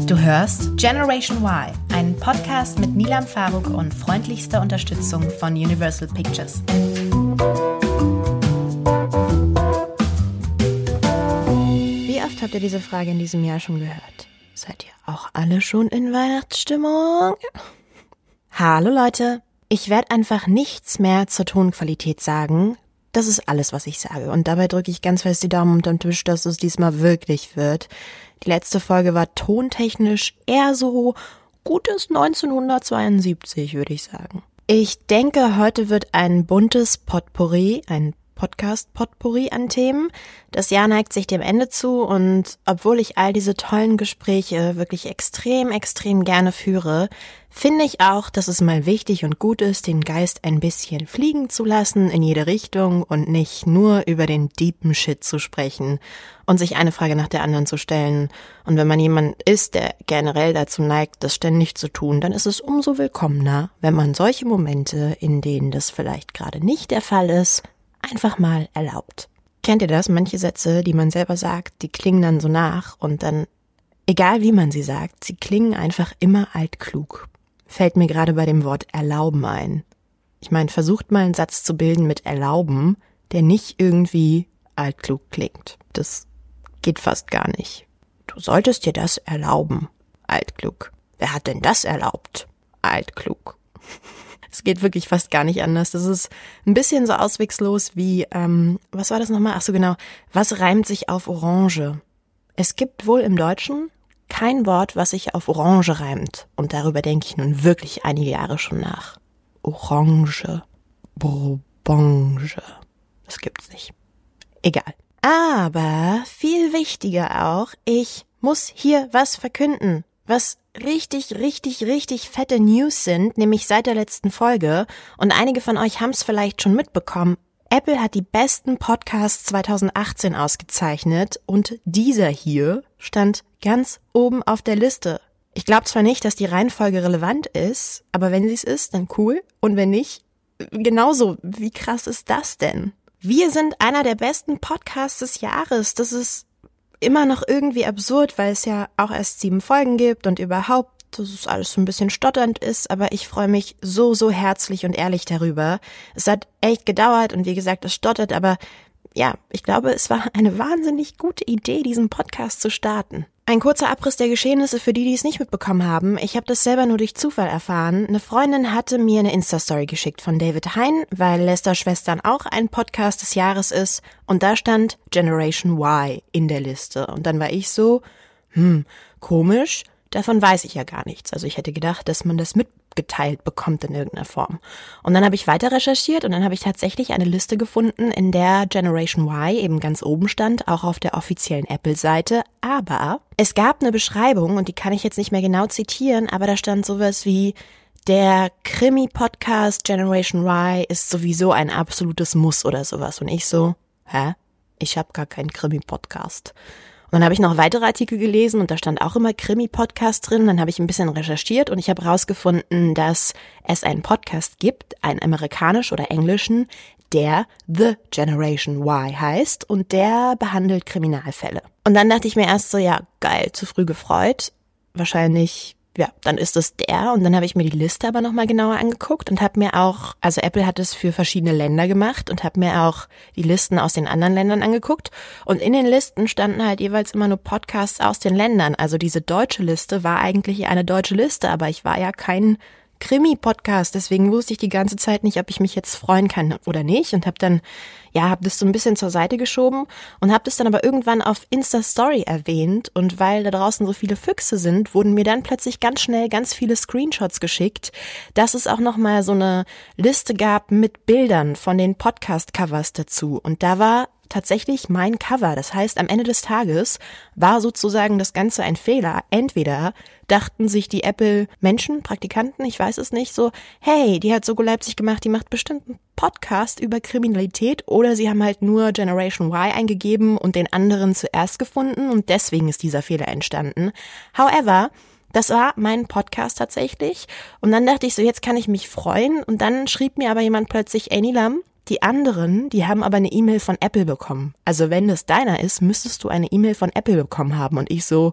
Du hörst Generation Y, einen Podcast mit Nilam Faruk und freundlichster Unterstützung von Universal Pictures. Wie oft habt ihr diese Frage in diesem Jahr schon gehört? Seid ihr auch alle schon in Weihnachtsstimmung? Hallo Leute, ich werde einfach nichts mehr zur Tonqualität sagen. Das ist alles, was ich sage. Und dabei drücke ich ganz fest die Daumen unterm Tisch, dass es diesmal wirklich wird. Die letzte Folge war tontechnisch eher so gutes 1972, würde ich sagen. Ich denke, heute wird ein buntes Potpourri, ein Podcast-Potpourri an Themen. Das Jahr neigt sich dem Ende zu und obwohl ich all diese tollen Gespräche wirklich extrem gerne führe, finde ich auch, dass es mal wichtig und gut ist, den Geist ein bisschen fliegen zu lassen in jede Richtung und nicht nur über den deepen Shit zu sprechen und sich eine Frage nach der anderen zu stellen. Und wenn man jemand ist, der generell dazu neigt, das ständig zu tun, dann ist es umso willkommener, wenn man solche Momente, in denen das vielleicht gerade nicht der Fall ist, einfach mal erlaubt. Kennt ihr das? Manche Sätze, die man selber sagt, die klingen dann so nach und dann, egal wie man sie sagt, sie klingen einfach immer altklug. Fällt mir gerade bei dem Wort erlauben ein. Ich meine, versucht mal einen Satz zu bilden mit erlauben, der nicht irgendwie altklug klingt. Das geht fast gar nicht. Du solltest dir das erlauben. Altklug. Wer hat denn das erlaubt? Altklug. Es geht wirklich fast gar nicht anders. Das ist ein bisschen so auswegslos wie, was war das nochmal? Ach so, genau. Was reimt sich auf Orange? Es gibt wohl im Deutschen kein Wort, was sich auf Orange reimt. Und darüber denke ich nun wirklich einige Jahre schon nach. Orange. Bourbonge. Das gibt's nicht. Egal. Aber viel wichtiger auch, ich muss hier was verkünden. Was richtig fette News sind, nämlich seit der letzten Folge, und einige von euch haben es vielleicht schon mitbekommen, Apple hat die besten Podcasts 2018 ausgezeichnet und dieser hier stand ganz oben auf der Liste. Ich glaube zwar nicht, dass die Reihenfolge relevant ist, aber wenn sie es ist, dann cool, und wenn nicht, genauso. Wie krass ist das denn? Wir sind einer der besten Podcasts des Jahres. Das ist immer noch irgendwie absurd, weil es ja auch erst 7 Folgen gibt und überhaupt, dass es alles so ein bisschen stotternd ist, aber ich freue mich so herzlich und ehrlich darüber. Es hat echt gedauert und wie gesagt, es stottert, aber ja, ich glaube, es war eine wahnsinnig gute Idee, diesen Podcast zu starten. Ein kurzer Abriss der Geschehnisse für die es nicht mitbekommen haben. Ich habe das selber nur durch Zufall erfahren. Eine Freundin hatte mir eine Insta-Story geschickt von David Hein, weil Lester Schwestern auch ein Podcast des Jahres ist. Und da stand Generation Y in der Liste. Und dann war ich so, komisch, davon weiß ich ja gar nichts. Also ich hätte gedacht, dass man das mitgeteilt bekommt in irgendeiner Form. Und dann habe ich weiter recherchiert und dann habe ich tatsächlich eine Liste gefunden, in der Generation Y eben ganz oben stand, auch auf der offiziellen Apple-Seite. Aber es gab eine Beschreibung und die kann ich jetzt nicht mehr genau zitieren, aber da stand sowas wie: Der Krimi-Podcast Generation Y ist sowieso ein absolutes Muss oder sowas. Und ich so, ich habe gar keinen Krimi-Podcast. Und dann habe ich noch weitere Artikel gelesen und da stand auch immer Krimi-Podcast drin. Dann habe ich ein bisschen recherchiert und ich habe rausgefunden, dass es einen Podcast gibt, einen amerikanischen oder englischen, der The Generation Y heißt und der behandelt Kriminalfälle. Und dann dachte ich mir erst so, ja geil, zu früh gefreut. Wahrscheinlich, ja, dann ist es der. Und dann habe ich mir die Liste aber nochmal genauer angeguckt und habe mir auch, also Apple hat es für verschiedene Länder gemacht und habe mir auch die Listen aus den anderen Ländern angeguckt. Und in den Listen standen halt jeweils immer nur Podcasts aus den Ländern. Also diese deutsche Liste war eigentlich eine deutsche Liste, aber ich war ja kein Krimi-Podcast, deswegen wusste ich die ganze Zeit nicht, ob ich mich jetzt freuen kann oder nicht und habe dann, habe das so ein bisschen zur Seite geschoben und habe das dann aber irgendwann auf Insta-Story erwähnt und weil da draußen so viele Füchse sind, wurden mir dann plötzlich ganz schnell ganz viele Screenshots geschickt, dass es auch nochmal so eine Liste gab mit Bildern von den Podcast-Covers dazu und da war tatsächlich mein Cover. Das heißt, am Ende des Tages war sozusagen das Ganze ein Fehler. Entweder dachten sich die Apple-Menschen, Praktikanten, ich weiß es nicht, so, hey, die hat Soko Leipzig gemacht, die macht bestimmt einen Podcast über Kriminalität, oder sie haben halt nur Generation Y eingegeben und den anderen zuerst gefunden und deswegen ist dieser Fehler entstanden. However, das war mein Podcast tatsächlich und dann dachte ich so, jetzt kann ich mich freuen und dann schrieb mir aber jemand plötzlich, ey Nilam, die anderen, die haben aber eine E-Mail von Apple bekommen. Also wenn das deiner ist, müsstest du eine E-Mail von Apple bekommen haben. Und ich so,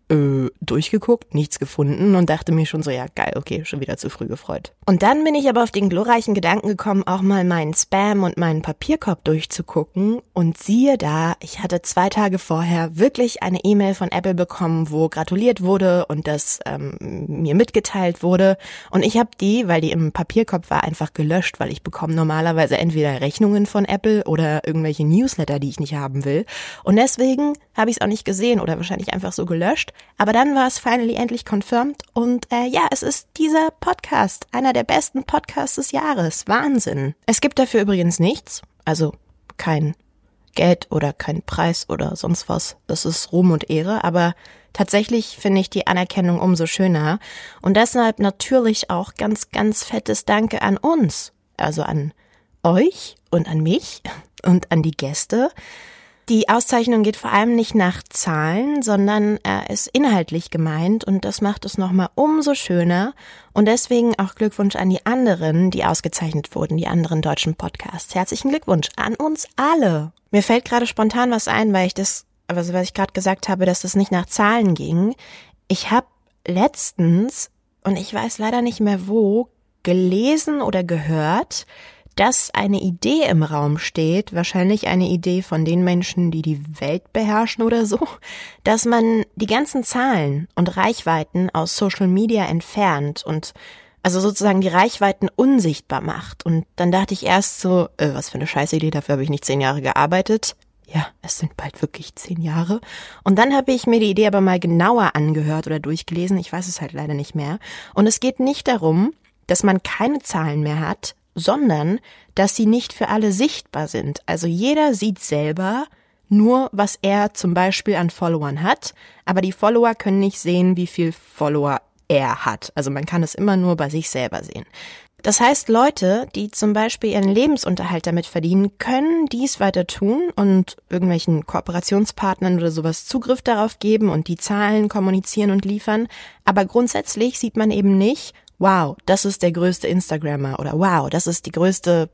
durchgeguckt, nichts gefunden und dachte mir schon so, ja geil, okay, schon wieder zu früh gefreut. Und dann bin ich aber auf den glorreichen Gedanken gekommen, auch mal meinen Spam und meinen Papierkorb durchzugucken und siehe da, ich hatte 2 Tage vorher wirklich eine E-Mail von Apple bekommen, wo gratuliert wurde und das mir mitgeteilt wurde und ich habe die, weil die im Papierkorb war, einfach gelöscht, weil ich bekomme normalerweise entweder Rechnungen von Apple oder irgendwelche Newsletter, die ich nicht haben will und deswegen habe ich es auch nicht gesehen oder wahrscheinlich einfach so gelöscht. Aber dann war es finally endlich confirmed und es ist dieser Podcast, einer der besten Podcasts des Jahres. Wahnsinn. Es gibt dafür übrigens nichts, also kein Geld oder kein Preis oder sonst was. Das ist Ruhm und Ehre, aber tatsächlich finde ich die Anerkennung umso schöner und deshalb natürlich auch ganz, ganz fettes Danke an uns, also an euch und an mich und an die Gäste. Die Auszeichnung geht vor allem nicht nach Zahlen, sondern ist inhaltlich gemeint und das macht es nochmal umso schöner und deswegen auch Glückwunsch an die anderen, die ausgezeichnet wurden, die anderen deutschen Podcasts. Herzlichen Glückwunsch an uns alle. Mir fällt gerade spontan was ein, weil was ich gerade gesagt habe, dass das nicht nach Zahlen ging. Ich habe letztens, und ich weiß leider nicht mehr wo, gelesen oder gehört, dass eine Idee im Raum steht, wahrscheinlich eine Idee von den Menschen, die die Welt beherrschen oder so, dass man die ganzen Zahlen und Reichweiten aus Social Media entfernt und also sozusagen die Reichweiten unsichtbar macht. Und dann dachte ich erst so, was für eine Scheißidee, dafür habe ich nicht 10 Jahre gearbeitet. Ja, es sind bald wirklich 10 Jahre. Und dann habe ich mir die Idee aber mal genauer angehört oder durchgelesen, ich weiß es halt leider nicht mehr. Und es geht nicht darum, dass man keine Zahlen mehr hat, sondern dass sie nicht für alle sichtbar sind. Also jeder sieht selber nur, was er zum Beispiel an Followern hat, aber die Follower können nicht sehen, wie viel Follower er hat. Also man kann es immer nur bei sich selber sehen. Das heißt, Leute, die zum Beispiel ihren Lebensunterhalt damit verdienen, können dies weiter tun und irgendwelchen Kooperationspartnern oder sowas Zugriff darauf geben und die Zahlen kommunizieren und liefern. Aber grundsätzlich sieht man eben nicht, wow, das ist der größte Instagrammer oder wow, das ist die größte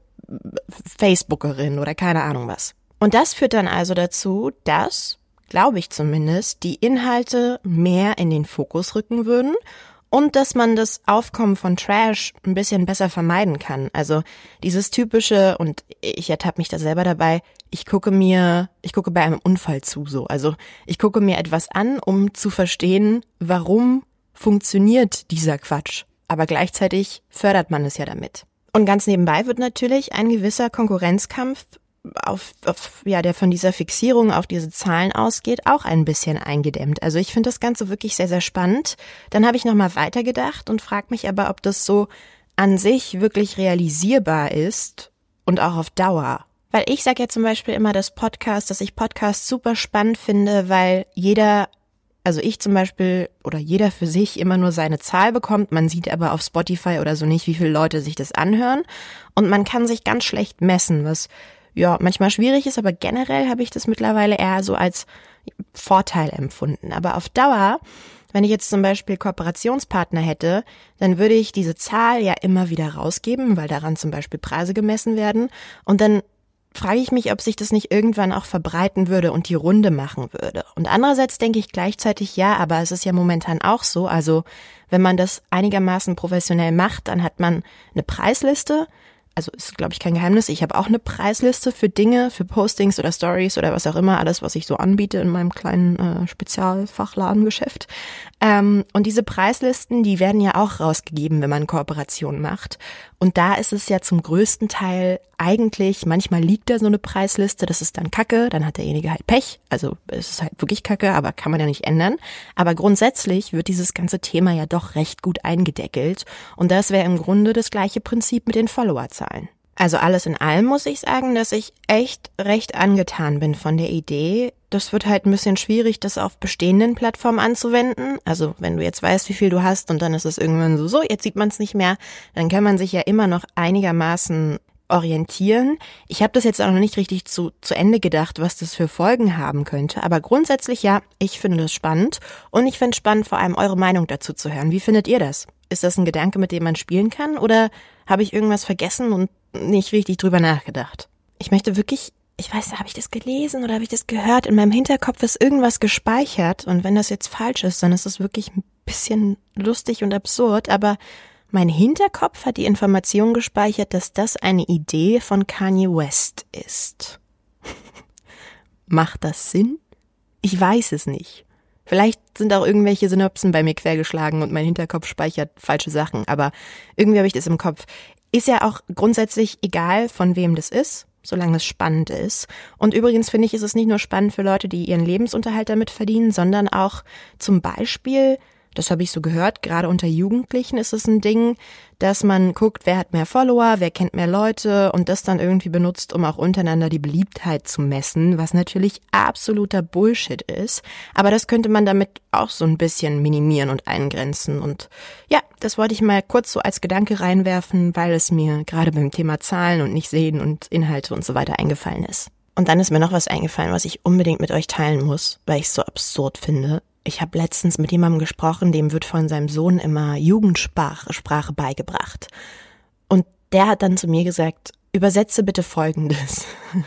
Facebookerin oder keine Ahnung was. Und das führt dann also dazu, dass, glaube ich zumindest, die Inhalte mehr in den Fokus rücken würden und dass man das Aufkommen von Trash ein bisschen besser vermeiden kann. Also dieses typische, und ich ertappe mich da selber dabei, ich gucke bei einem Unfall zu so. Also ich gucke mir etwas an, um zu verstehen, warum funktioniert dieser Quatsch. Aber gleichzeitig fördert man es ja damit. Und ganz nebenbei wird natürlich ein gewisser Konkurrenzkampf der von dieser Fixierung auf diese Zahlen ausgeht, auch ein bisschen eingedämmt. Also ich finde das Ganze wirklich sehr, sehr spannend. Dann habe ich nochmal weitergedacht und frage mich aber, ob das so an sich wirklich realisierbar ist und auch auf Dauer. Weil ich sage ja zum Beispiel immer, dass ich Podcasts super spannend finde, weil ich zum Beispiel oder jeder für sich immer nur seine Zahl bekommt. Man sieht aber auf Spotify oder so nicht, wie viele Leute sich das anhören. Und man kann sich ganz schlecht messen, was ja manchmal schwierig ist, aber generell habe ich das mittlerweile eher so als Vorteil empfunden. Aber auf Dauer, wenn ich jetzt zum Beispiel Kooperationspartner hätte, dann würde ich diese Zahl ja immer wieder rausgeben, weil daran zum Beispiel Preise gemessen werden. Und dann frage ich mich, ob sich das nicht irgendwann auch verbreiten würde und die Runde machen würde. Und andererseits denke ich gleichzeitig, ja, aber es ist ja momentan auch so, also wenn man das einigermaßen professionell macht, dann hat man eine Preisliste. Also ist, glaube ich, kein Geheimnis. Ich habe auch eine Preisliste für Dinge, für Postings oder Stories oder was auch immer, alles, was ich so anbiete in meinem kleinen Spezialfachladengeschäft. Und diese Preislisten, die werden ja auch rausgegeben, wenn man Kooperationen macht. Und da ist es ja zum größten Teil eigentlich, manchmal liegt da so eine Preisliste, das ist dann Kacke, dann hat derjenige halt Pech. Also es ist halt wirklich Kacke, aber kann man ja nicht ändern. Aber grundsätzlich wird dieses ganze Thema ja doch recht gut eingedeckelt. Und das wäre im Grunde das gleiche Prinzip mit den Followerzahlen. Also alles in allem muss ich sagen, dass ich echt recht angetan bin von der Idee. Das wird halt ein bisschen schwierig, das auf bestehenden Plattformen anzuwenden. Also wenn du jetzt weißt, wie viel du hast und dann ist es irgendwann so, jetzt sieht man es nicht mehr, dann kann man sich ja immer noch einigermaßen orientieren. Ich habe das jetzt auch noch nicht richtig zu Ende gedacht, was das für Folgen haben könnte. Aber grundsätzlich ja, ich finde das spannend. Und ich finde es spannend, vor allem eure Meinung dazu zu hören. Wie findet ihr das? Ist das ein Gedanke, mit dem man spielen kann? Oder habe ich irgendwas vergessen und nicht richtig drüber nachgedacht? Ich möchte wirklich ich weiß nicht, habe ich das gelesen oder habe ich das gehört? In meinem Hinterkopf ist irgendwas gespeichert und wenn das jetzt falsch ist, dann ist es wirklich ein bisschen lustig und absurd, aber mein Hinterkopf hat die Information gespeichert, dass das eine Idee von Kanye West ist. Macht das Sinn? Ich weiß es nicht. Vielleicht sind auch irgendwelche Synapsen bei mir quergeschlagen und mein Hinterkopf speichert falsche Sachen, aber irgendwie habe ich das im Kopf. Ist ja auch grundsätzlich egal, von wem das ist, solange es spannend ist. Und übrigens finde ich, ist es nicht nur spannend für Leute, die ihren Lebensunterhalt damit verdienen, sondern auch zum Beispiel, das habe ich so gehört, gerade unter Jugendlichen ist es ein Ding, dass man guckt, wer hat mehr Follower, wer kennt mehr Leute und das dann irgendwie benutzt, um auch untereinander die Beliebtheit zu messen, was natürlich absoluter Bullshit ist. Aber das könnte man damit auch so ein bisschen minimieren und eingrenzen. Und ja, das wollte ich mal kurz so als Gedanke reinwerfen, weil es mir gerade beim Thema Zahlen und nicht sehen und Inhalte und so weiter eingefallen ist. Und dann ist mir noch was eingefallen, was ich unbedingt mit euch teilen muss, weil ich es so absurd finde. Ich habe letztens mit jemandem gesprochen, dem wird von seinem Sohn immer Jugendsprache beigebracht. Und der hat dann zu mir gesagt, übersetze bitte Folgendes.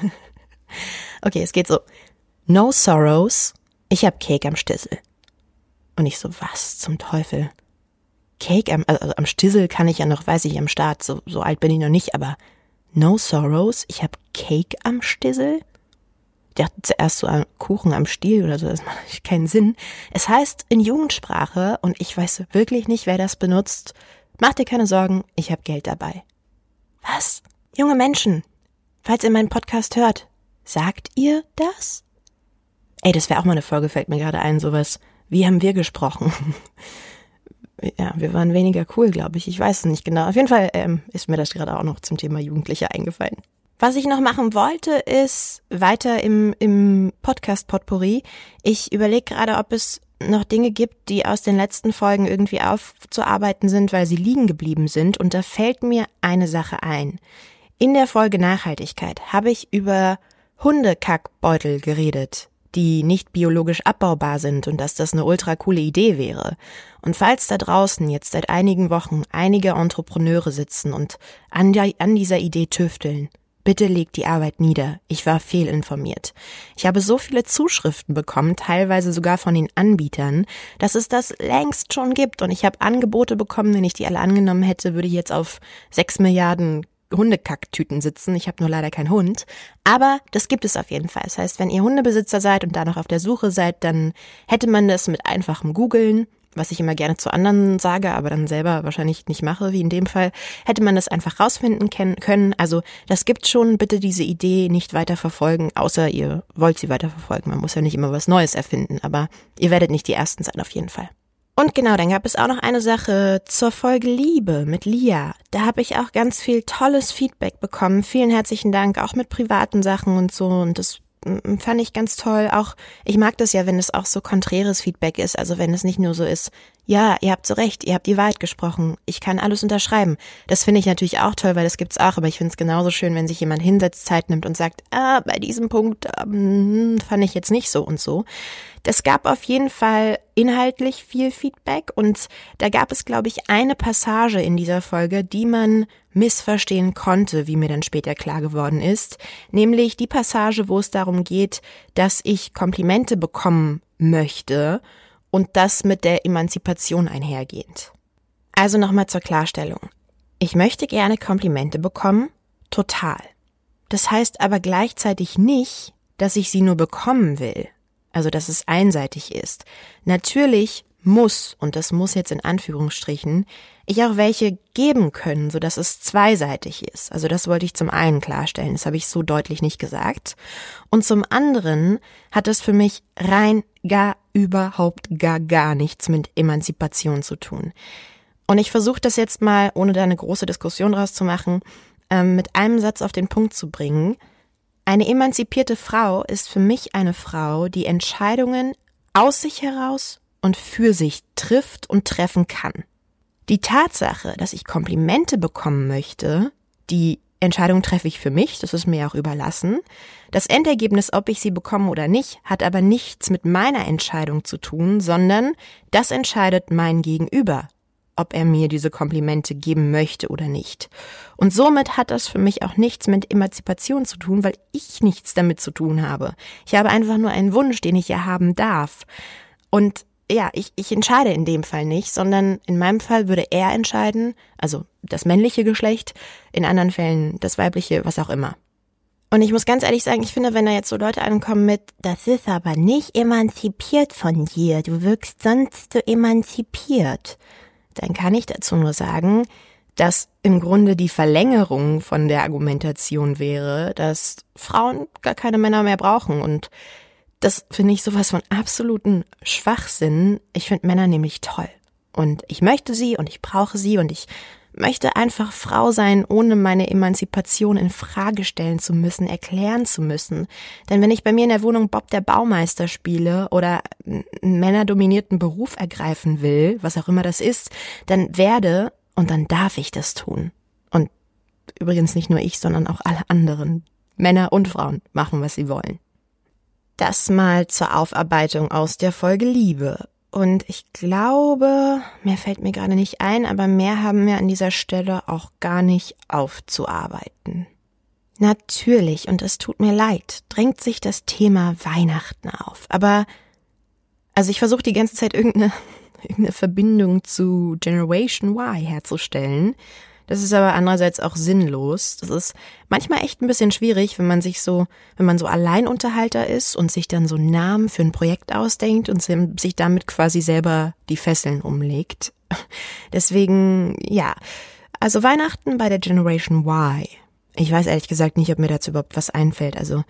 Okay, es geht so. No sorrows, ich hab Cake am Stissel. Und ich so, was zum Teufel? Cake am Stissel kann ich ja noch, weiß ich, am Start, so alt bin ich noch nicht, aber no sorrows, ich hab Cake am Stissel? Ich dachte zuerst so an Kuchen am Stiel oder so, das macht keinen Sinn. Es heißt in Jugendsprache, und ich weiß wirklich nicht, wer das benutzt, mach dir keine Sorgen, ich habe Geld dabei. Was? Junge Menschen, falls ihr meinen Podcast hört, sagt ihr das? Ey, das wäre auch mal eine Folge, fällt mir gerade ein, sowas. Wie haben wir gesprochen? Ja, wir waren weniger cool, glaube ich. Ich weiß es nicht genau. Auf jeden Fall ist mir das gerade auch noch zum Thema Jugendliche eingefallen. Was ich noch machen wollte, ist weiter im Podcast-Potpourri. Ich überlege gerade, ob es noch Dinge gibt, die aus den letzten Folgen irgendwie aufzuarbeiten sind, weil sie liegen geblieben sind. Und da fällt mir eine Sache ein. In der Folge Nachhaltigkeit habe ich über Hundekackbeutel geredet, die nicht biologisch abbaubar sind und dass das eine ultra coole Idee wäre. Und falls da draußen jetzt seit einigen Wochen einige Entrepreneure sitzen und an dieser Idee tüfteln, bitte legt die Arbeit nieder. Ich war fehlinformiert. Ich habe so viele Zuschriften bekommen, teilweise sogar von den Anbietern, dass es das längst schon gibt. Und ich habe Angebote bekommen, wenn ich die alle angenommen hätte, würde ich jetzt auf 6 Milliarden Hundekacktüten sitzen. Ich habe nur leider keinen Hund. Aber das gibt es auf jeden Fall. Das heißt, wenn ihr Hundebesitzer seid und da noch auf der Suche seid, dann hätte man das mit einfachem Googlen, was ich immer gerne zu anderen sage, aber dann selber wahrscheinlich nicht mache, wie in dem Fall, hätte man das einfach rausfinden können. Also das gibt schon, bitte diese Idee nicht weiter verfolgen, außer ihr wollt sie weiter verfolgen. Man muss ja nicht immer was Neues erfinden, aber ihr werdet nicht die Ersten sein auf jeden Fall. Und genau, dann gab es auch noch eine Sache zur Folge Liebe mit Lia. Da habe ich auch ganz viel tolles Feedback bekommen. Vielen herzlichen Dank, auch mit privaten Sachen und so. Und das fand ich ganz toll. Auch, ich mag das ja, wenn es auch so konträres Feedback ist. Also wenn es nicht nur so ist, ja, ihr habt so recht, ihr habt die Wahrheit gesprochen, ich kann alles unterschreiben. Das finde ich natürlich auch toll, weil das gibt's auch. Aber ich finde es genauso schön, wenn sich jemand hinsetzt, Zeit nimmt und sagt, bei diesem Punkt fand ich jetzt nicht so und so. Das gab auf jeden Fall inhaltlich viel Feedback und da gab es, glaube ich, eine Passage in dieser Folge, die man missverstehen konnte, wie mir dann später klar geworden ist, nämlich die Passage, wo es darum geht, dass ich Komplimente bekommen möchte und das mit der Emanzipation einhergehend. Also nochmal zur Klarstellung. Ich möchte gerne Komplimente bekommen, total. Das heißt aber gleichzeitig nicht, dass ich sie nur bekommen will. Also, dass es einseitig ist. Natürlich muss, und das muss jetzt in Anführungsstrichen, ich auch welche geben können, sodass es zweiseitig ist. Also das wollte ich zum einen klarstellen, das habe ich so deutlich nicht gesagt. Und zum anderen hat das für mich rein überhaupt gar nichts mit Emanzipation zu tun. Und ich versuche das jetzt mal, ohne da eine große Diskussion draus zu machen, mit einem Satz auf den Punkt zu bringen. Eine emanzipierte Frau ist für mich eine Frau, die Entscheidungen aus sich heraus und für sich trifft und treffen kann. Die Tatsache, dass ich Komplimente bekommen möchte, die Entscheidung treffe ich für mich, das ist mir auch überlassen. Das Endergebnis, ob ich sie bekomme oder nicht, hat aber nichts mit meiner Entscheidung zu tun, sondern das entscheidet mein Gegenüber. ob er mir diese Komplimente geben möchte oder nicht. Und somit hat das für mich auch nichts mit Emanzipation zu tun, weil ich nichts damit zu tun habe. Ich habe einfach nur einen Wunsch, den ich ja haben darf. Und ja, ich entscheide in dem Fall nicht, sondern in meinem Fall würde er entscheiden, also das männliche Geschlecht, in anderen Fällen das weibliche, was auch immer. Und ich muss ganz ehrlich sagen, ich finde, wenn da jetzt so Leute ankommen mit, das ist aber nicht emanzipiert von dir, du wirkst sonst so emanzipiert, dann kann ich dazu nur sagen, dass im Grunde die Verlängerung von der Argumentation wäre, dass Frauen gar keine Männer mehr brauchen. Und das finde ich sowas von absoluten Schwachsinn. Ich finde Männer nämlich toll. Und ich möchte sie und ich brauche sie und ich möchte einfach Frau sein, ohne meine Emanzipation in Frage stellen zu müssen, erklären zu müssen. Denn wenn ich bei mir in der Wohnung Bob der Baumeister spiele oder einen männerdominierten Beruf ergreifen will, was auch immer das ist, dann werde und dann darf ich das tun. Und übrigens nicht nur ich, sondern auch alle anderen, Männer und Frauen, machen, was sie wollen. Das mal zur Aufarbeitung aus der Folge Liebe. Und ich glaube, mehr fällt mir gerade nicht ein, aber mehr haben wir an dieser Stelle auch gar nicht aufzuarbeiten. Natürlich, und es tut mir leid, drängt sich das Thema Weihnachten auf. Aber, also ich versuche die ganze Zeit irgendeine Verbindung zu Generation Y herzustellen. Das ist aber andererseits auch sinnlos. Das ist manchmal echt ein bisschen schwierig, wenn man so Alleinunterhalter ist und sich dann so Namen für ein Projekt ausdenkt und sich damit quasi selber die Fesseln umlegt. Deswegen, ja, also Weihnachten bei der Generation Y. Ich weiß ehrlich gesagt nicht, ob mir dazu überhaupt was einfällt. Also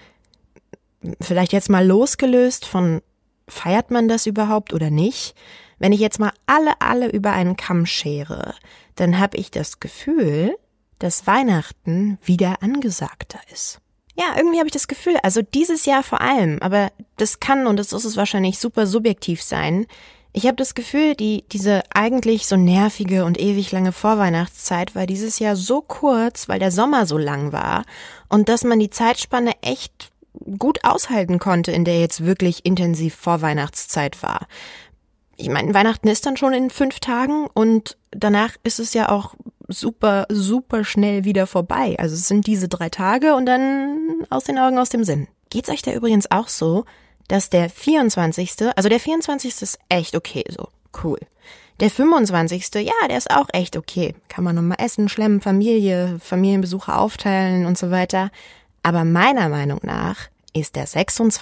vielleicht jetzt mal losgelöst von, feiert man das überhaupt oder nicht? Wenn ich jetzt mal alle über einen Kamm schere, dann habe ich das Gefühl, dass Weihnachten wieder angesagter ist. Ja, irgendwie habe ich das Gefühl, also dieses Jahr vor allem, aber das kann und das ist es wahrscheinlich super subjektiv sein. Ich habe das Gefühl, diese eigentlich so nervige und ewig lange Vorweihnachtszeit war dieses Jahr so kurz, weil der Sommer so lang war und dass man die Zeitspanne echt gut aushalten konnte, in der jetzt wirklich intensiv Vorweihnachtszeit war. Ich meine, Weihnachten ist dann schon in 5 Tagen und danach ist es ja auch super, super schnell wieder vorbei. Also es sind diese 3 Tage und dann aus den Augen, aus dem Sinn. Geht's euch da übrigens auch so, dass der 24., also der 24. ist echt okay, so cool. Der 25., ja, der ist auch echt okay. Kann man nochmal essen, schlemmen, Familienbesuche aufteilen und so weiter. Aber meiner Meinung nach ist der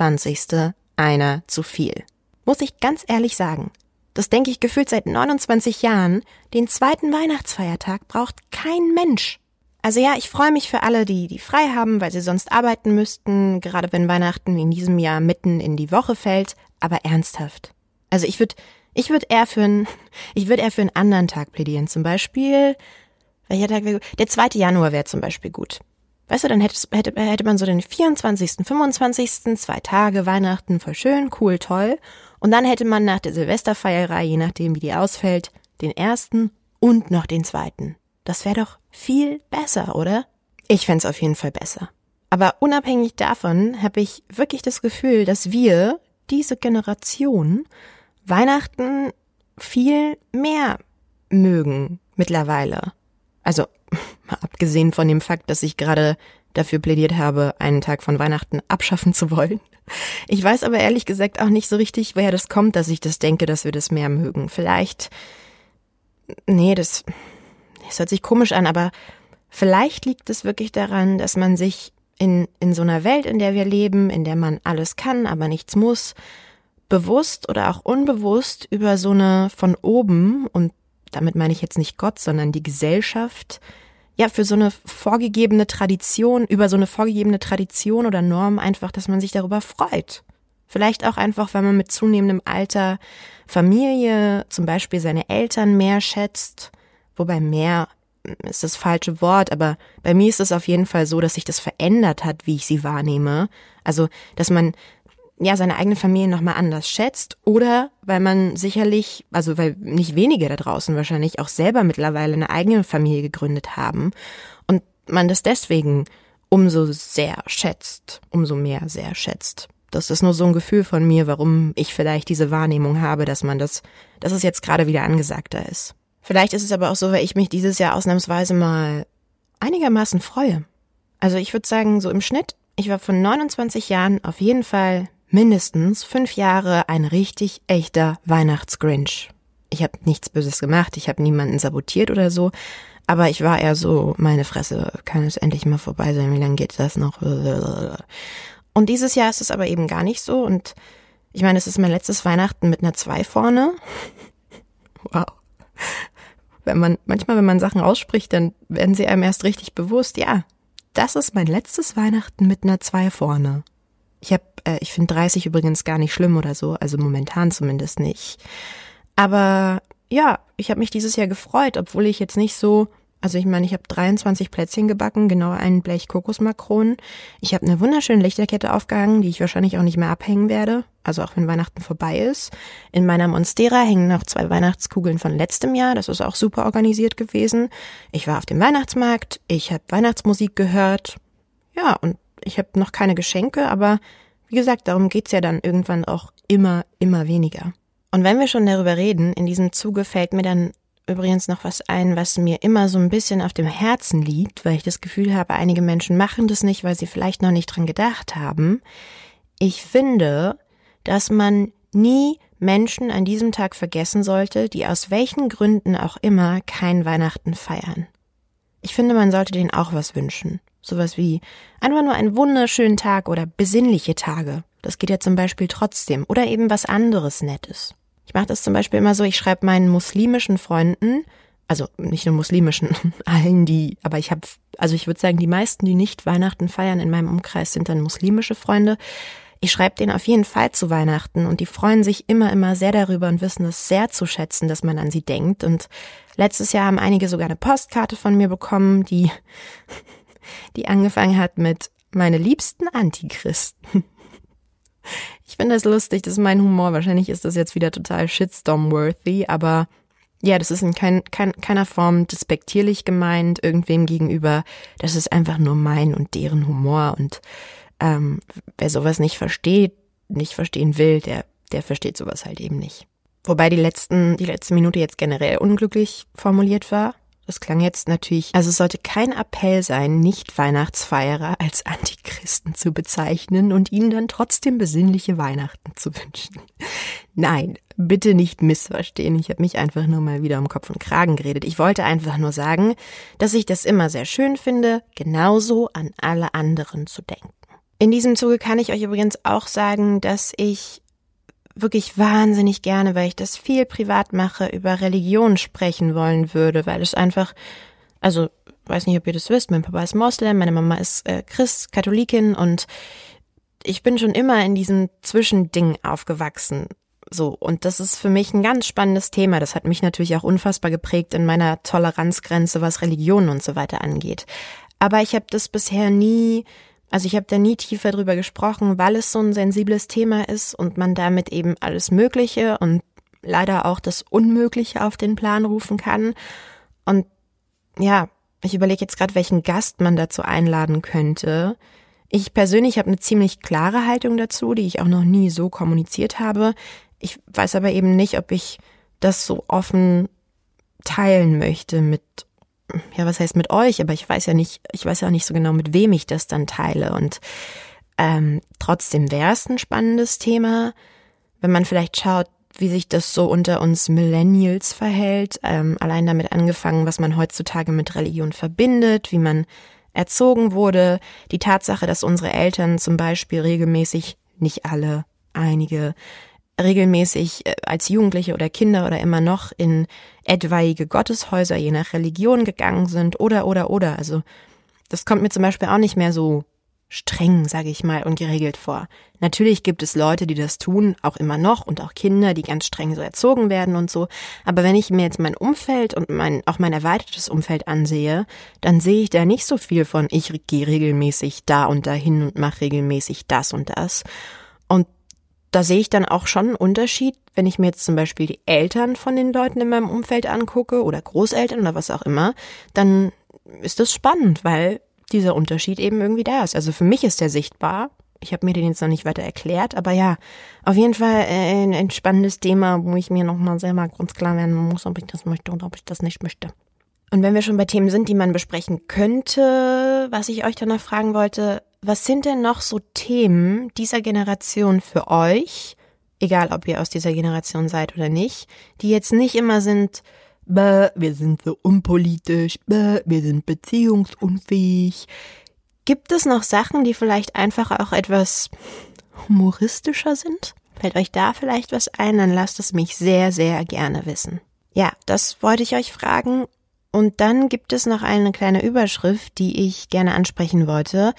26. einer zu viel. Muss ich ganz ehrlich sagen. Das denke ich gefühlt seit 29 Jahren. Den zweiten Weihnachtsfeiertag braucht kein Mensch. Also ja, ich freue mich für alle, die frei haben, weil sie sonst arbeiten müssten, gerade wenn Weihnachten wie in diesem Jahr mitten in die Woche fällt. Aber ernsthaft. Also ich würde eher für einen anderen Tag plädieren. Zum Beispiel, welcher Tag wäre gut? Der 2. Januar wäre zum Beispiel gut. Weißt du, dann hätte man so den 24., 25., 2 Tage Weihnachten, voll schön, cool, toll. Und dann hätte man nach der Silvesterfeierei, je nachdem wie die ausfällt, den 1. und noch den 2. Das wäre doch viel besser, oder? Ich fänd's auf jeden Fall besser. Aber unabhängig davon habe ich wirklich das Gefühl, dass wir, diese Generation, Weihnachten viel mehr mögen mittlerweile. Also mal abgesehen von dem Fakt, dass ich gerade dafür plädiert habe, einen Tag von Weihnachten abschaffen zu wollen. Ich weiß aber ehrlich gesagt auch nicht so richtig, woher das kommt, dass ich das denke, dass wir das mehr mögen. Vielleicht, das hört sich komisch an, aber vielleicht liegt es wirklich daran, dass man sich in so einer Welt, in der wir leben, in der man alles kann, aber nichts muss, bewusst oder auch unbewusst über so eine von oben, und damit meine ich jetzt nicht Gott, sondern die Gesellschaft, ja, für so eine vorgegebene Tradition, über so eine vorgegebene Tradition oder Norm einfach, dass man sich darüber freut. Vielleicht auch einfach, weil man mit zunehmendem Alter Familie, zum Beispiel seine Eltern mehr schätzt, wobei mehr ist das falsche Wort, aber bei mir ist es auf jeden Fall so, dass sich das verändert hat, wie ich sie wahrnehme. Also, dass man ja seine eigene Familie nochmal anders schätzt oder weil man sicherlich, also weil nicht wenige da draußen wahrscheinlich auch selber mittlerweile eine eigene Familie gegründet haben und man das deswegen umso mehr sehr schätzt. Das ist nur so ein Gefühl von mir, warum ich vielleicht diese Wahrnehmung habe, dass es jetzt gerade wieder angesagter ist. Vielleicht ist es aber auch so, weil ich mich dieses Jahr ausnahmsweise mal einigermaßen freue. Also ich würde sagen, so im Schnitt, ich war von 29 Jahren auf jeden Fall mindestens 5 Jahre ein richtig echter Weihnachtsgrinch. Ich habe nichts Böses gemacht, ich habe niemanden sabotiert oder so, aber ich war eher so, meine Fresse, kann es endlich mal vorbei sein, wie lange geht das noch? Und dieses Jahr ist es aber eben gar nicht so und ich meine, es ist mein letztes Weihnachten mit einer 2 vorne. Wow. Manchmal, wenn man Sachen ausspricht, dann werden sie einem erst richtig bewusst, ja, das ist mein letztes Weihnachten mit einer 2 vorne. Ich finde 30 übrigens gar nicht schlimm oder so, also momentan zumindest nicht. Aber ja, ich habe mich dieses Jahr gefreut, obwohl ich jetzt nicht so, also ich meine, ich habe 23 Plätzchen gebacken, genau ein Blech Kokosmakronen. Ich habe eine wunderschöne Lichterkette aufgehangen, die ich wahrscheinlich auch nicht mehr abhängen werde, also auch wenn Weihnachten vorbei ist. In meiner Monstera hängen noch 2 Weihnachtskugeln von letztem Jahr, das ist auch super organisiert gewesen. Ich war auf dem Weihnachtsmarkt, ich habe Weihnachtsmusik gehört, ja, und ich habe noch keine Geschenke, aber wie gesagt, darum geht's ja dann irgendwann auch immer weniger. Und wenn wir schon darüber reden, in diesem Zuge fällt mir dann übrigens noch was ein, was mir immer so ein bisschen auf dem Herzen liegt, weil ich das Gefühl habe, einige Menschen machen das nicht, weil sie vielleicht noch nicht dran gedacht haben. Ich finde, dass man nie Menschen an diesem Tag vergessen sollte, die aus welchen Gründen auch immer kein Weihnachten feiern. Ich finde, man sollte denen auch was wünschen. Sowas wie einfach nur einen wunderschönen Tag oder besinnliche Tage. Das geht ja zum Beispiel trotzdem. Oder eben was anderes Nettes. Ich mache das zum Beispiel immer so, ich schreibe meinen muslimischen Freunden, also nicht nur muslimischen, allen aber ich würde sagen, die meisten, die nicht Weihnachten feiern in meinem Umkreis, sind dann muslimische Freunde. Ich schreibe denen auf jeden Fall zu Weihnachten und die freuen sich immer sehr darüber und wissen es sehr zu schätzen, dass man an sie denkt. Und letztes Jahr haben einige sogar eine Postkarte von mir bekommen, die angefangen hat mit meine liebsten Antichristen. Ich finde das lustig, das ist mein Humor. Wahrscheinlich ist das jetzt wieder total Shitstorm-worthy, aber ja, das ist in keiner Form despektierlich gemeint irgendwem gegenüber. Das ist einfach nur mein und deren Humor und wer sowas nicht verstehen will, der versteht sowas halt eben nicht. Wobei die letzte Minute jetzt generell unglücklich formuliert war. Das klang jetzt natürlich, also es sollte kein Appell sein, Nicht-Weihnachtsfeierer als Antichristen zu bezeichnen und ihnen dann trotzdem besinnliche Weihnachten zu wünschen. Nein, bitte nicht missverstehen. Ich habe mich einfach nur mal wieder um Kopf und Kragen geredet. Ich wollte einfach nur sagen, dass ich das immer sehr schön finde, genauso an alle anderen zu denken. In diesem Zuge kann ich euch übrigens auch sagen, dass ich wirklich wahnsinnig gerne, weil ich das viel privat mache, über Religion sprechen wollen würde, weil es einfach, also weiß nicht, ob ihr das wisst, mein Papa ist Moslem, meine Mama ist Katholikin und ich bin schon immer in diesem Zwischending aufgewachsen. So, und das ist für mich ein ganz spannendes Thema. Das hat mich natürlich auch unfassbar geprägt in meiner Toleranzgrenze, was Religion und so weiter angeht. Aber ich habe das bisher nie, also ich habe da nie tiefer drüber gesprochen, weil es so ein sensibles Thema ist und man damit eben alles Mögliche und leider auch das Unmögliche auf den Plan rufen kann. Und ja, ich überlege jetzt gerade, welchen Gast man dazu einladen könnte. Ich persönlich habe eine ziemlich klare Haltung dazu, die ich auch noch nie so kommuniziert habe. Ich weiß aber eben nicht, ob ich das so offen teilen möchte mit, ja, was heißt mit euch, aber ich weiß ja nicht so genau, mit wem ich das dann teile. Und trotzdem wäre es ein spannendes Thema, wenn man vielleicht schaut, wie sich das so unter uns Millennials verhält. Allein damit angefangen, was man heutzutage mit Religion verbindet, wie man erzogen wurde. Die Tatsache, dass unsere Eltern zum Beispiel regelmäßig, nicht alle, einige, regelmäßig als Jugendliche oder Kinder oder immer noch in etwaige Gotteshäuser je nach Religion gegangen sind oder. Also das kommt mir zum Beispiel auch nicht mehr so streng, sage ich mal, und geregelt vor. Natürlich gibt es Leute, die das tun, auch immer noch, und auch Kinder, die ganz streng so erzogen werden und so. Aber wenn ich mir jetzt mein Umfeld und auch mein erweitertes Umfeld ansehe, dann sehe ich da nicht so viel von, ich gehe regelmäßig da und dahin und mache regelmäßig das und das. Und da sehe ich dann auch schon einen Unterschied, wenn ich mir jetzt zum Beispiel die Eltern von den Leuten in meinem Umfeld angucke oder Großeltern oder was auch immer, dann ist das spannend, weil dieser Unterschied eben irgendwie da ist. Also für mich ist der sichtbar Ich habe mir den jetzt noch nicht weiter erklärt, aber ja, auf jeden Fall ein spannendes Thema, wo ich mir nochmal selber ganz klar werden muss, ob ich das möchte oder ob ich das nicht möchte. Und wenn wir schon bei Themen sind, die man besprechen könnte, was ich euch danach fragen wollte, was sind denn noch so Themen dieser Generation für euch, egal ob ihr aus dieser Generation seid oder nicht, die jetzt nicht immer sind, wir sind so unpolitisch, wir sind beziehungsunfähig. Gibt es noch Sachen, die vielleicht einfach auch etwas humoristischer sind? Fällt euch da vielleicht was ein? Dann lasst es mich sehr, sehr gerne wissen. Ja, das wollte ich euch fragen. Und dann gibt es noch eine kleine Überschrift, die ich gerne ansprechen wollte.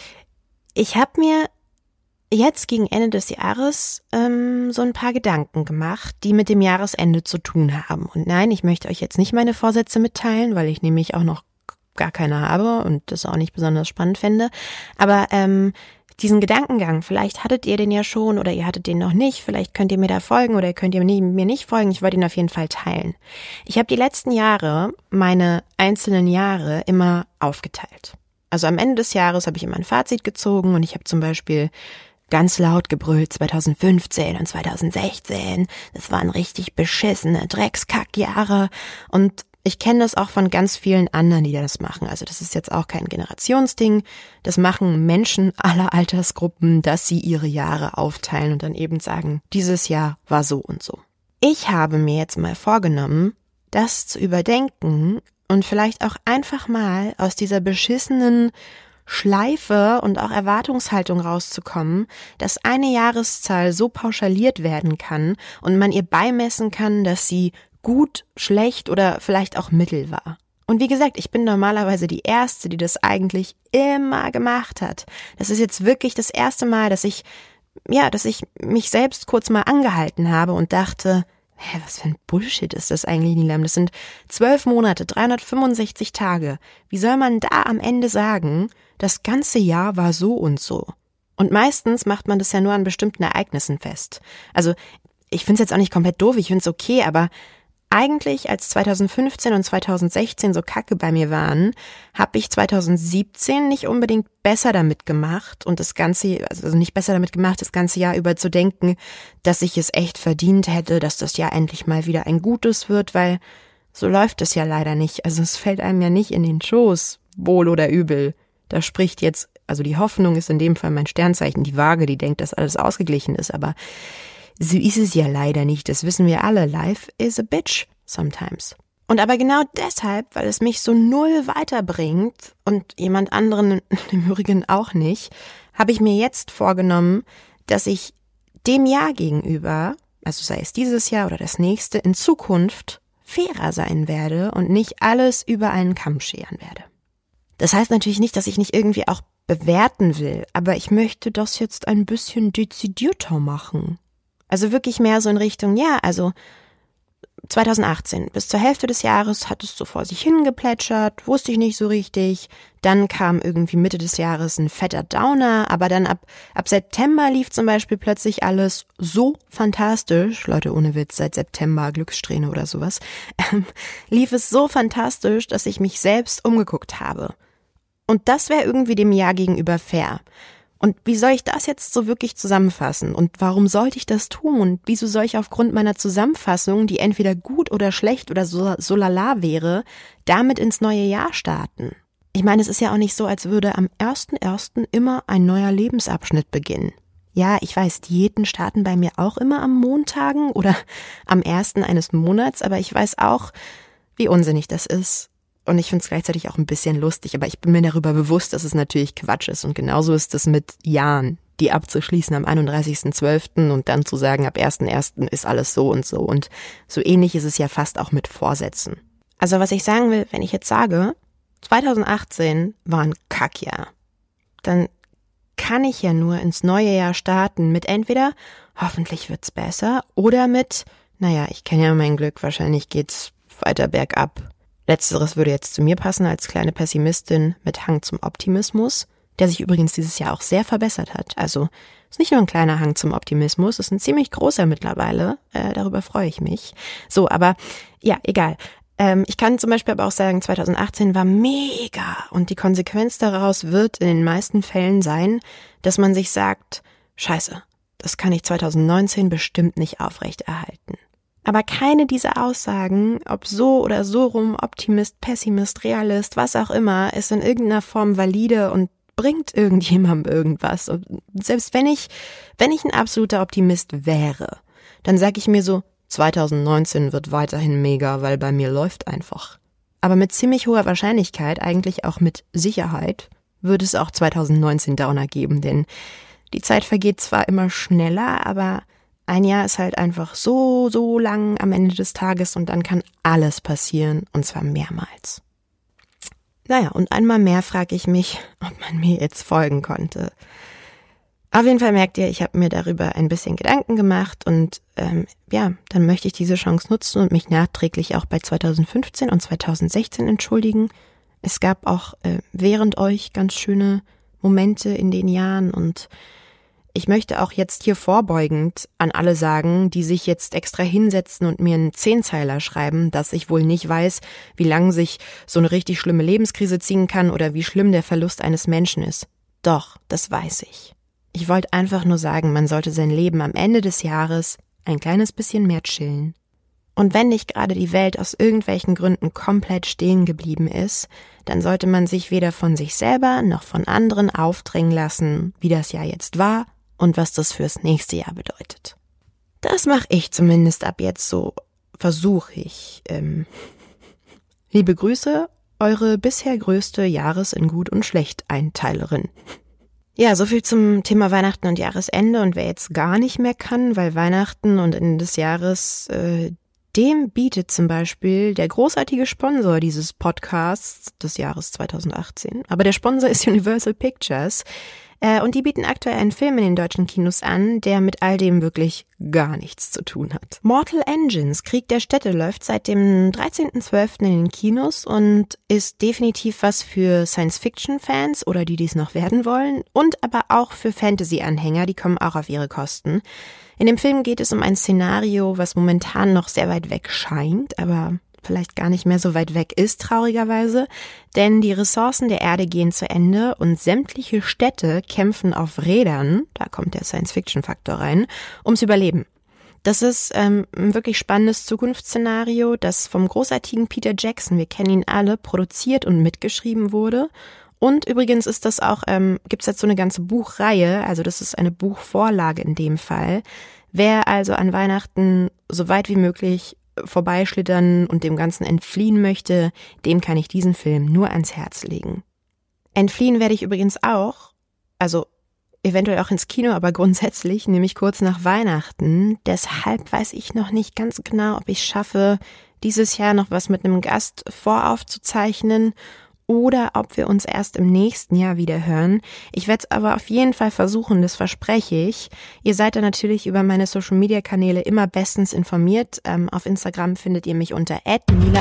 Ich habe mir jetzt gegen Ende des Jahres so ein paar Gedanken gemacht, die mit dem Jahresende zu tun haben. Und nein, ich möchte euch jetzt nicht meine Vorsätze mitteilen, weil ich nämlich auch noch gar keine habe und das auch nicht besonders spannend fände. Aber diesen Gedankengang, vielleicht hattet ihr den ja schon oder ihr hattet den noch nicht, vielleicht könnt ihr mir da folgen oder könnt ihr mir nicht folgen. Ich wollte ihn auf jeden Fall teilen. Ich habe die letzten Jahre, meine einzelnen Jahre, immer aufgeteilt. Also am Ende des Jahres habe ich immer ein Fazit gezogen und ich habe zum Beispiel ganz laut gebrüllt 2015 und 2016. Das waren richtig beschissene Dreckskackjahre und ich kenne das auch von ganz vielen anderen, die das machen. Also das ist jetzt auch kein Generationsding. Das machen Menschen aller Altersgruppen, dass sie ihre Jahre aufteilen und dann eben sagen, dieses Jahr war so und so. Ich habe mir jetzt mal vorgenommen, das zu überdenken und vielleicht auch einfach mal aus dieser beschissenen Schleife und auch Erwartungshaltung rauszukommen, dass eine Jahreszahl so pauschaliert werden kann und man ihr beimessen kann, dass sie gut, schlecht oder vielleicht auch mittel war. Und wie gesagt, ich bin normalerweise die Erste, die das eigentlich immer gemacht hat. Das ist jetzt wirklich das erste Mal, dass ich mich selbst kurz mal angehalten habe und dachte, was für ein Bullshit ist das eigentlich, Nilam? Das sind 12 Monate, 365 Tage. Wie soll man da am Ende sagen, das ganze Jahr war so und so? Und meistens macht man das ja nur an bestimmten Ereignissen fest. Also ich finde es jetzt auch nicht komplett doof, ich finde es okay, aber eigentlich, als 2015 und 2016 so kacke bei mir waren, habe ich 2017 nicht unbedingt besser damit gemacht und das ganze Jahr über zu denken, dass ich es echt verdient hätte, dass das Jahr endlich mal wieder ein gutes wird, weil so läuft es ja leider nicht. Also es fällt einem ja nicht in den Schoß, wohl oder übel. Da spricht jetzt, also die Hoffnung ist in dem Fall mein Sternzeichen, die Waage, die denkt, dass alles ausgeglichen ist, aber so ist es ja leider nicht, das wissen wir alle. Life is a bitch sometimes. Und aber genau deshalb, weil es mich so null weiterbringt und jemand anderen im Übrigen auch nicht, habe ich mir jetzt vorgenommen, dass ich dem Jahr gegenüber, also sei es dieses Jahr oder das nächste, in Zukunft fairer sein werde und nicht alles über einen Kamm scheren werde. Das heißt natürlich nicht, dass ich nicht irgendwie auch bewerten will, aber ich möchte das jetzt ein bisschen dezidierter machen. Also wirklich mehr so in Richtung, ja, also 2018, bis zur Hälfte des Jahres hat es so vor sich hingeplätschert, wusste ich nicht so richtig. Dann kam irgendwie Mitte des Jahres ein fetter Downer, aber dann ab September lief zum Beispiel plötzlich alles so fantastisch, Leute ohne Witz, seit September Glückssträhne oder sowas, lief es so fantastisch, dass ich mich selbst umgeguckt habe. Und das wäre irgendwie dem Jahr gegenüber fair. Und wie soll ich das jetzt so wirklich zusammenfassen? Und warum sollte ich das tun? Und wieso soll ich aufgrund meiner Zusammenfassung, die entweder gut oder schlecht oder so lala wäre, damit ins neue Jahr starten? Ich meine, es ist ja auch nicht so, als würde am 1.1. immer ein neuer Lebensabschnitt beginnen. Ja, ich weiß, Diäten starten bei mir auch immer am Montagen oder am 1. eines Monats, aber ich weiß auch, wie unsinnig das ist. Und ich finde es gleichzeitig auch ein bisschen lustig, aber ich bin mir darüber bewusst, dass es natürlich Quatsch ist. Und genauso ist es mit Jahren, die abzuschließen am 31.12. und dann zu sagen, ab 1.1. ist alles so und so. Und so ähnlich ist es ja fast auch mit Vorsätzen. Also was ich sagen will, wenn ich jetzt sage, 2018 war ein Kackjahr, dann kann ich ja nur ins neue Jahr starten mit entweder, hoffentlich wird's besser, oder mit, naja, ich kenne ja mein Glück, wahrscheinlich geht's weiter bergab. Letzteres würde jetzt zu mir passen als kleine Pessimistin mit Hang zum Optimismus, der sich übrigens dieses Jahr auch sehr verbessert hat. Also ist nicht nur ein kleiner Hang zum Optimismus, ist ein ziemlich großer mittlerweile, darüber freue ich mich. So, aber ja, egal. Ich kann zum Beispiel aber auch sagen, 2018 war mega und die Konsequenz daraus wird in den meisten Fällen sein, dass man sich sagt, Scheiße, das kann ich 2019 bestimmt nicht aufrechterhalten. Aber keine dieser Aussagen, ob so oder so rum, Optimist, Pessimist, Realist, was auch immer, ist in irgendeiner Form valide und bringt irgendjemandem irgendwas. Und selbst wenn ich ein absoluter Optimist wäre, dann sage ich mir so, 2019 wird weiterhin mega, weil bei mir läuft einfach. Aber mit ziemlich hoher Wahrscheinlichkeit, eigentlich auch mit Sicherheit, wird es auch 2019 Downer geben, denn die Zeit vergeht zwar immer schneller, aber ein Jahr ist halt einfach so lang am Ende des Tages und dann kann alles passieren und zwar mehrmals. Naja, und einmal mehr frage ich mich, ob man mir jetzt folgen konnte. Auf jeden Fall merkt ihr, ich habe mir darüber ein bisschen Gedanken gemacht und dann möchte ich diese Chance nutzen und mich nachträglich auch bei 2015 und 2016 entschuldigen. Es gab auch während euch ganz schöne Momente in den Jahren und ich möchte auch jetzt hier vorbeugend an alle sagen, die sich jetzt extra hinsetzen und mir einen 10-Zeiler schreiben, dass ich wohl nicht weiß, wie lang sich so eine richtig schlimme Lebenskrise ziehen kann oder wie schlimm der Verlust eines Menschen ist. Doch, das weiß ich. Ich wollte einfach nur sagen, man sollte sein Leben am Ende des Jahres ein kleines bisschen mehr chillen. Und wenn nicht gerade die Welt aus irgendwelchen Gründen komplett stehen geblieben ist, dann sollte man sich weder von sich selber noch von anderen aufdrängen lassen, wie das Jahr jetzt war und was das fürs nächste Jahr bedeutet. Das mache ich zumindest ab jetzt so, versuche ich. Liebe Grüße, eure bisher größte Jahres- in Gut und Schlecht-Einteilerin. Ja, so viel zum Thema Weihnachten und Jahresende und wer jetzt gar nicht mehr kann, weil Weihnachten und Ende des Jahres, dem bietet zum Beispiel der großartige Sponsor dieses Podcasts des Jahres 2018. Aber der Sponsor ist Universal Pictures. Und die bieten aktuell einen Film in den deutschen Kinos an, der mit all dem wirklich gar nichts zu tun hat. Mortal Engines, Krieg der Städte, läuft seit dem 13.12. in den Kinos und ist definitiv was für Science-Fiction-Fans oder die es noch werden wollen und aber auch für Fantasy-Anhänger, die kommen auch auf ihre Kosten. In dem Film geht es um ein Szenario, was momentan noch sehr weit weg scheint, aber vielleicht gar nicht mehr so weit weg ist, traurigerweise, denn die Ressourcen der Erde gehen zu Ende und sämtliche Städte kämpfen auf Rädern, da kommt der Science-Fiction-Faktor rein, ums Überleben. Das ist ein wirklich spannendes Zukunftsszenario, das vom großartigen Peter Jackson, wir kennen ihn alle, produziert und mitgeschrieben wurde. Und übrigens ist das auch, gibt's jetzt so eine ganze Buchreihe, also das ist eine Buchvorlage in dem Fall. Wer also an Weihnachten so weit wie möglich vorbeischlittern und dem Ganzen entfliehen möchte, dem kann ich diesen Film nur ans Herz legen. Entfliehen werde ich übrigens auch, also eventuell auch ins Kino, aber grundsätzlich, nämlich kurz nach Weihnachten. Deshalb weiß ich noch nicht ganz genau, ob ich schaffe, dieses Jahr noch was mit einem Gast voraufzuzeichnen oder ob wir uns erst im nächsten Jahr wieder hören. Ich werde es aber auf jeden Fall versuchen, das verspreche ich. Ihr seid da natürlich über meine Social-Media-Kanäle immer bestens informiert. Auf Instagram findet ihr mich unter @mila.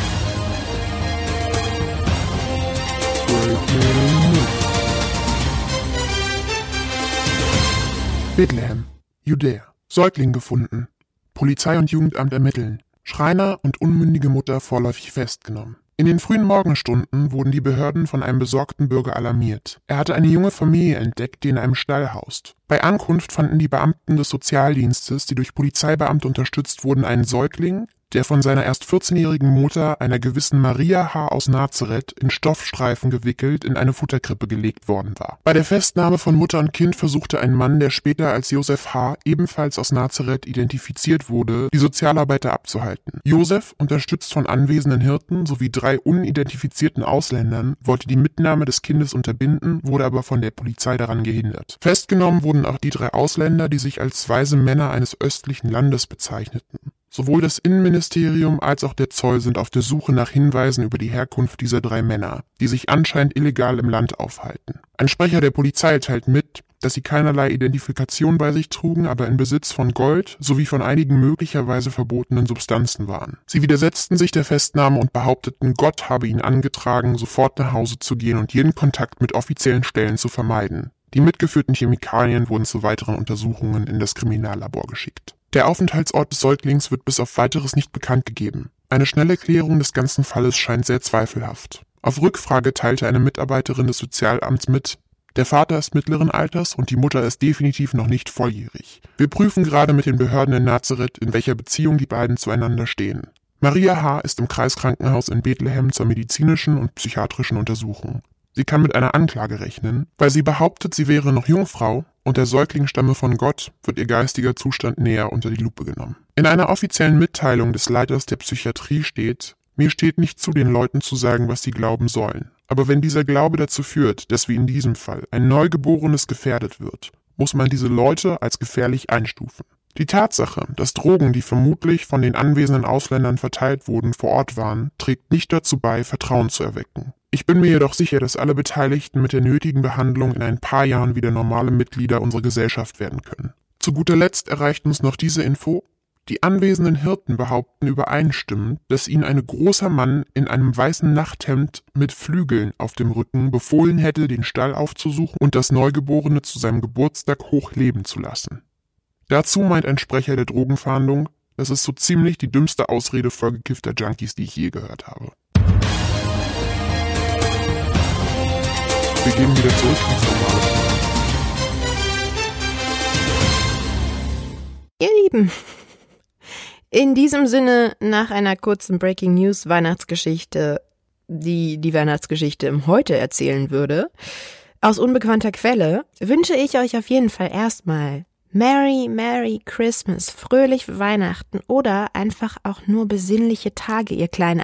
Bethlehem, Judäa. Säugling gefunden. Polizei und Jugendamt ermitteln. Schreiner und unmündige Mutter vorläufig festgenommen. In den frühen Morgenstunden wurden die Behörden von einem besorgten Bürger alarmiert. Er hatte eine junge Familie entdeckt, die in einem Stall haust. Bei Ankunft fanden die Beamten des Sozialdienstes, die durch Polizeibeamte unterstützt wurden, einen Säugling, der von seiner erst 14-jährigen Mutter, einer gewissen Maria H. aus Nazareth, in Stoffstreifen gewickelt in eine Futterkrippe gelegt worden war. Bei der Festnahme von Mutter und Kind versuchte ein Mann, der später als Josef H., ebenfalls aus Nazareth identifiziert wurde, die Sozialarbeiter abzuhalten. Josef, unterstützt von anwesenden Hirten sowie 3 unidentifizierten Ausländern, wollte die Mitnahme des Kindes unterbinden, wurde aber von der Polizei daran gehindert. Festgenommen wurden auch die 3 Ausländer, die sich als weise Männer eines östlichen Landes bezeichneten. Sowohl das Innenministerium als auch der Zoll sind auf der Suche nach Hinweisen über die Herkunft dieser 3 Männer, die sich anscheinend illegal im Land aufhalten. Ein Sprecher der Polizei teilt mit, dass sie keinerlei Identifikation bei sich trugen, aber in Besitz von Gold sowie von einigen möglicherweise verbotenen Substanzen waren. Sie widersetzten sich der Festnahme und behaupteten, Gott habe ihnen angetragen, sofort nach Hause zu gehen und jeden Kontakt mit offiziellen Stellen zu vermeiden. Die mitgeführten Chemikalien wurden zu weiteren Untersuchungen in das Kriminallabor geschickt. Der Aufenthaltsort des Säuglings wird bis auf Weiteres nicht bekannt gegeben. Eine schnelle Klärung des ganzen Falles scheint sehr zweifelhaft. Auf Rückfrage teilte eine Mitarbeiterin des Sozialamts mit, der Vater ist mittleren Alters und die Mutter ist definitiv noch nicht volljährig. Wir prüfen gerade mit den Behörden in Nazareth, in welcher Beziehung die beiden zueinander stehen. Maria H. ist im Kreiskrankenhaus in Bethlehem zur medizinischen und psychiatrischen Untersuchung. Sie kann mit einer Anklage rechnen, weil sie behauptet, sie wäre noch Jungfrau und der Säugling stamme von Gott, wird ihr geistiger Zustand näher unter die Lupe genommen. In einer offiziellen Mitteilung des Leiters der Psychiatrie steht: Mir steht nicht zu, den Leuten zu sagen, was sie glauben sollen. Aber wenn dieser Glaube dazu führt, dass wie in diesem Fall ein Neugeborenes gefährdet wird, muss man diese Leute als gefährlich einstufen. Die Tatsache, dass Drogen, die vermutlich von den anwesenden Ausländern verteilt wurden, vor Ort waren, trägt nicht dazu bei, Vertrauen zu erwecken. Ich bin mir jedoch sicher, dass alle Beteiligten mit der nötigen Behandlung in ein paar Jahren wieder normale Mitglieder unserer Gesellschaft werden können. Zu guter Letzt erreicht uns noch diese Info: Die anwesenden Hirten behaupten übereinstimmend, dass ihnen ein großer Mann in einem weißen Nachthemd mit Flügeln auf dem Rücken befohlen hätte, den Stall aufzusuchen und das Neugeborene zu seinem Geburtstag hochleben zu lassen. Dazu meint ein Sprecher der Drogenfahndung, das ist so ziemlich die dümmste Ausrede vollgekiffter Junkies, die ich je gehört habe. Wir gehen wieder zurück ins Normale. Ihr Lieben, in diesem Sinne, nach einer kurzen Breaking News Weihnachtsgeschichte, die die Weihnachtsgeschichte im Heute erzählen würde, aus unbekannter Quelle, wünsche ich euch auf jeden Fall erstmal Merry, Merry Christmas, fröhliche Weihnachten oder einfach auch nur besinnliche Tage, ihr kleinen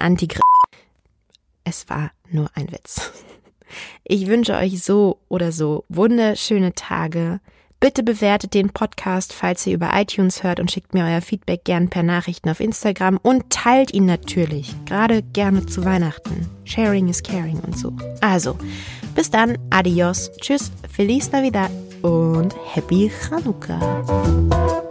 Es war nur ein Witz. Ich wünsche euch so oder so wunderschöne Tage. Bitte bewertet den Podcast, falls ihr über iTunes hört, und schickt mir euer Feedback gern per Nachrichten auf Instagram und teilt ihn natürlich, gerade gerne zu Weihnachten. Sharing is caring und so. Also, bis dann, adios, tschüss, Feliz Navidad und Happy Chanukka.